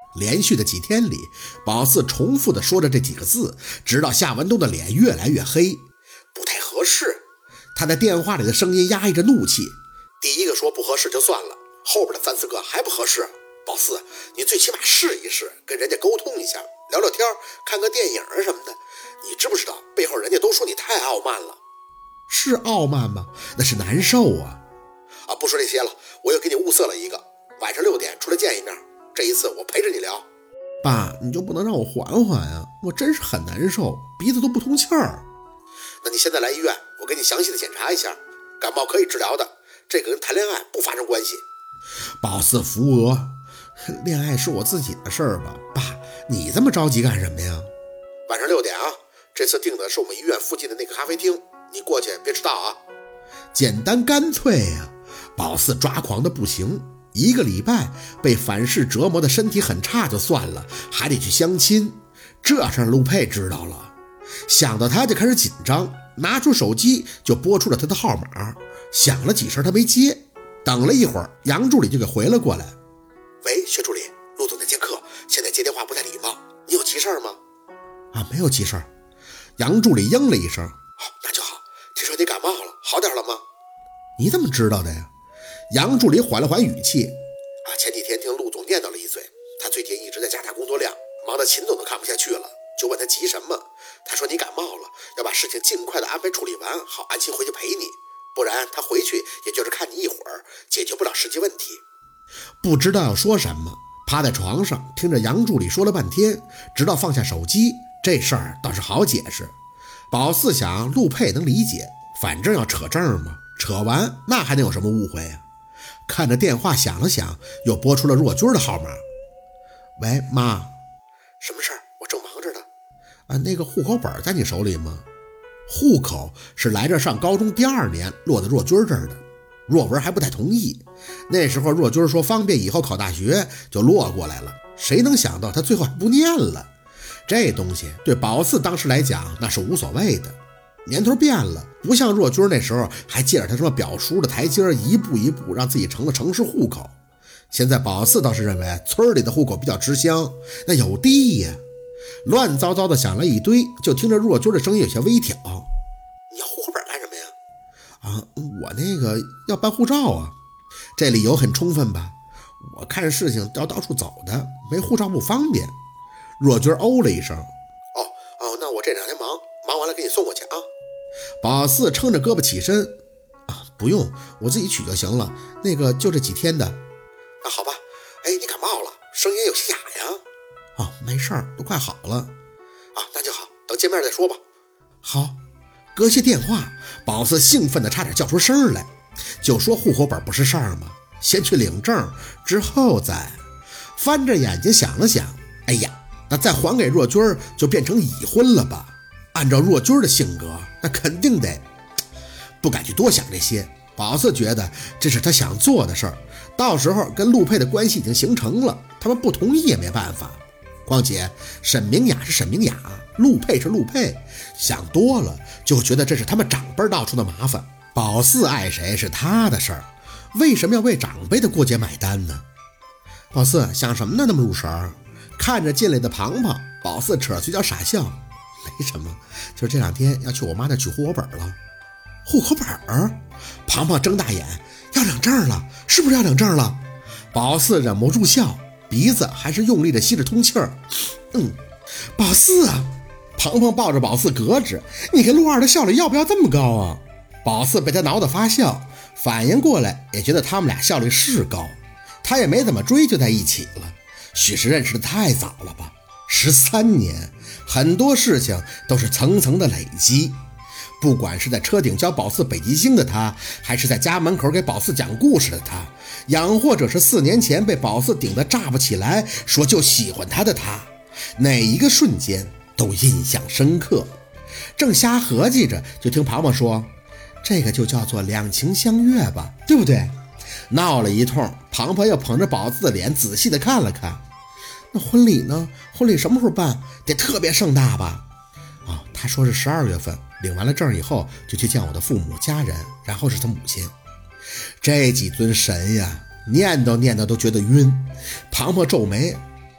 连续的几天里，宝四重复的说着这几个字，直到夏文东的脸越来越黑。不太合适。他在电话里的声音压抑着怒气。第一个说不合适就算了，后边的3、4个还不合适。宝四，你最起码试一试，跟人家沟通一下，聊聊天，看个电影什么的。你知不知道背后人家都说你太傲慢了。是傲慢吗？那是难受啊。不说这些了，我又给你物色了一个，晚上6点出来见一面，这一次我陪着你聊。爸，你就不能让我缓缓啊？我真是很难受，鼻子都不通气儿。那你现在来医院，我给你详细的检查一下，感冒可以治疗的，这个跟谈恋爱不发生关系。宝四扶额，恋爱是我自己的事儿吧？爸，你这么着急干什么呀？晚上6点啊，这次定的是我们医院附近的那个咖啡厅，你过去别迟到啊。简单干脆呀。宝四抓狂的不行，1个礼拜被反噬折磨的身体很差就算了，还得去相亲，这事陆佩知道了，想到他就开始紧张，拿出手机就拨出了他的号码，响了几声他没接，等了一会儿，杨助理就给回了过来。喂，薛助理，陆总在见客，现在接电话不太礼貌，你有急事吗？没有急事。杨助理应了一声。那就好，听说你感冒了，好点了吗？你怎么知道的呀？杨助理缓了缓语气。前几天听陆总念叨了一嘴，他最近一直在加大工作量，忙得秦总都看不下去了，就问他急什么。他说你感冒了，要把事情尽快的安排处理完，好安心回去陪你，不然他回去也就是看你一会儿，解决不了实际问题。不知道要说什么，趴在床上听着杨助理说了半天，直到放下手机，这事儿倒是好解释。宝四想陆佩能理解，反正要扯证嘛，扯完那还能有什么误会啊？看着电话响了响，又拨出了若君的号码。喂，妈。什么事儿？我正忙着呢。那个户口本在你手里吗？户口是来这上高中第2年落在若君这儿的，若文还不太同意。那时候若君说方便以后考大学，就落过来了，谁能想到他最后还不念了。这东西对宝四当时来讲那是无所谓的，年头变了，不像若君那时候还借着他什么表叔的台阶，一步一步让自己成了城市户口。现在宝四倒是认为村里的户口比较吃香，那有地呀。乱糟糟的想了一堆，就听着若君的声音有些微挑。你要户口本干什么呀？我那个要办护照啊。这理由很充分吧？我看事情要到处走的，没护照不方便。若君哦了一声。那我这2天忙完了给你送过去啊。宝四撑着胳膊起身。不用，我自己取就行了，那个就这几天的。好吧。你感冒了，声音有些哑呀。没事儿，都快好了。那就好，等见面再说吧。好。搁下电话，宝四兴奋的差点叫出声来。就说户口本不是事儿吗？先去领证，之后再。翻着眼睛想了想，那再还给若君就变成已婚了吧？按照若君的性格，那肯定得。不敢去多想这些，宝四觉得这是他想做的事儿，到时候跟陆佩的关系已经形成了，他们不同意也没办法。况且沈明雅是沈明雅，陆佩是陆佩，想多了就觉得这是他们长辈闹出的麻烦。宝四爱谁是他的事儿，为什么要为长辈的过节买单呢？宝四想什么呢？那么入神。看着进来的庞庞，宝四扯嘴角傻笑。没什么，就是这2天要去我妈那取户口本了。户口本？庞庞睁大眼，要领证了？是不是要领证了？宝四忍不住笑，鼻子还是用力的吸着通气儿。宝四啊！庞庞抱着宝四咯吱，你跟陆二的效率要不要这么高啊？宝四被他挠得发笑，反应过来也觉得他们俩效率是高，他也没怎么追就在一起了。许是认识的太早了吧，13年，很多事情都是层层的累积。不管是在车顶教宝四北极星的他，还是在家门口给宝四讲故事的他，养或者是4年前被宝四顶得炸不起来，说就喜欢他的他，哪一个瞬间都印象深刻。正瞎合计着，就听庞庞说，这个就叫做两情相悦吧，对不对？闹了一通，庞庞又捧着宝四的脸仔细的看了看。那婚礼呢？婚礼什么时候办？得特别盛大吧？他说是12月份，领完了证以后就去见我的父母家人，然后是他母亲。这几尊神呀，念叨念叨都觉得晕。庞庞皱眉，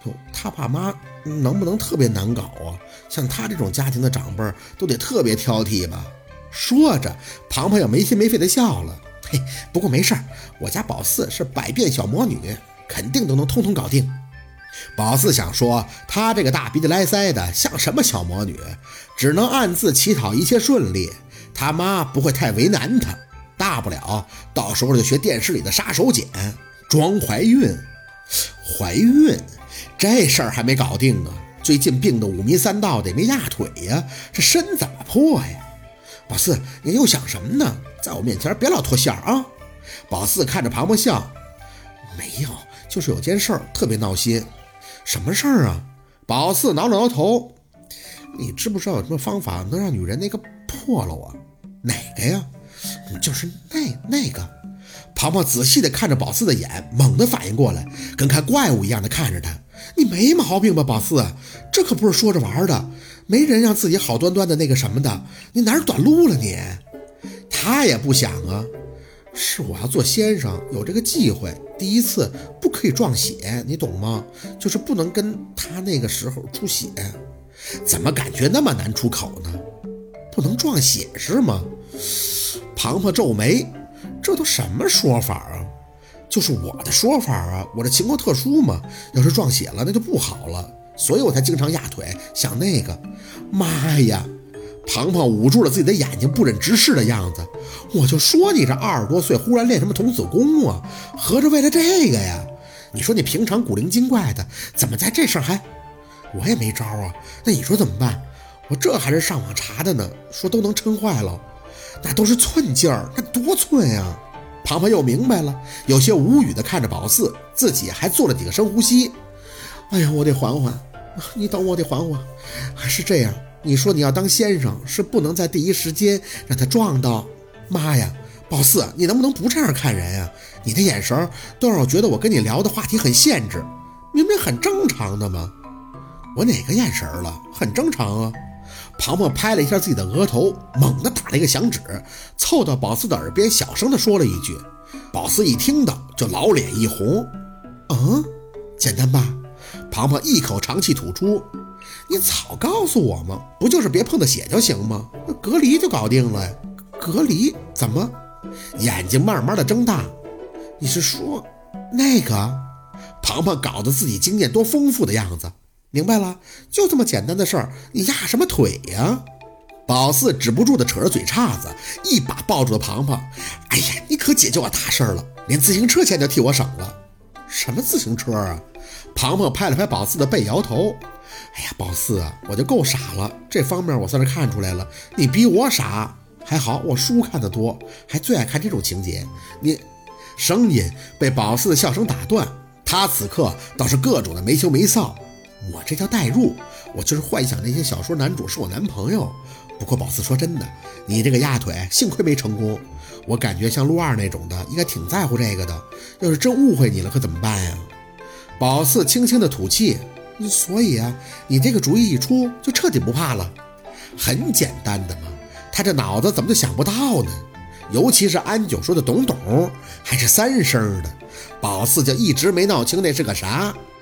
哟，他爸妈能不能特别难搞啊？像他这种家庭的长辈都得特别挑剔吧？说着，庞庞也没心没肺的笑了。嘿，不过没事儿，我家宝四是百变小魔女，肯定都能通通搞定。宝四想说，他这个大鼻子来腮的像什么小魔女，只能暗自祈祷一切顺利，他妈不会太为难他，大不了到时候就学电视里的杀手锏，装怀孕。怀孕这事儿还没搞定呢，最近病得五迷三道的，也没压腿呀，这身怎么破呀？宝四，你又想什么呢？在我面前别老脱线啊！宝四看着庞庞笑，没有，就是有件事儿特别闹心。什么事儿啊？宝四挠了挠头，你知不知道有什么方法能让女人那个破了啊？哪个呀？就是那个。庞庞仔细地看着宝四的眼，猛地反应过来，跟看怪物一样的看着他。你没毛病吧，宝四？这可不是说着玩的，没人让自己好端端的那个什么的，你哪儿短路了你？他也不想啊，是我要做先生，有这个忌讳，第一次不可以撞血，你懂吗？就是不能跟他那个时候出血。怎么感觉那么难出口呢？不能撞血是吗？庞庞皱眉，这都什么说法啊？就是我的说法啊，我这情况特殊嘛，要是撞血了那就不好了，所以我才经常压腿想那个。妈呀！庞庞捂住了自己的眼睛，不忍直视的样子。我就说你这20多岁忽然练什么童子功啊，合着为了这个呀？你说你平常古灵精怪的，怎么在这事儿还……我也没招啊，那你说怎么办？我这还是上网查的呢，说都能撑坏了，那都是寸劲儿，那多寸呀！庞庞又明白了，有些无语的看着宝四，自己还做了几个深呼吸。哎呀，我得缓缓，你等我得缓缓。还是这样，你说你要当先生，是不能在第一时间让他撞到。妈呀，宝四，你能不能不这样看人啊？你的眼神都让我觉得我跟你聊的话题很限制，明明很正常的嘛。我哪个眼神了？很正常啊。庞庞拍了一下自己的额头，猛地打了一个响指，凑到宝四的耳边小声地说了一句。宝四一听到就老脸一红。简单吧？庞庞一口长气吐出。你早告诉我嘛，不就是别碰到血就行吗？隔离就搞定了。隔离？怎么？眼睛慢慢的睁大。你是说那个？庞庞搞得自己经验多丰富的样子。明白了，就这么简单的事儿，你压什么腿呀？宝四止不住的扯着嘴叉子，一把抱住了庞庞。哎呀，你可解救我大事了，连自行车钱就替我省了。什么自行车啊？庞庞拍了拍宝四的背，摇头。哎呀，宝四啊，我就够傻了，这方面我算是看出来了，你比我傻。还好我书看得多，还最爱看这种情节。你……声音被宝四的笑声打断，他此刻倒是各种的没羞没臊。我这叫代入，我就是幻想那些小说男主是我男朋友。不过宝四说真的，你这个压腿幸亏没成功，我感觉像陆二那种的应该挺在乎这个的，要是真误会你了可怎么办呀？宝四轻轻的吐气。所以啊，你这个主意一出就彻底不怕了。很简单的嘛，他这脑子怎么就想不到呢？尤其是安九说的懂懂，还是3声的，宝四就一直没闹清那是个啥。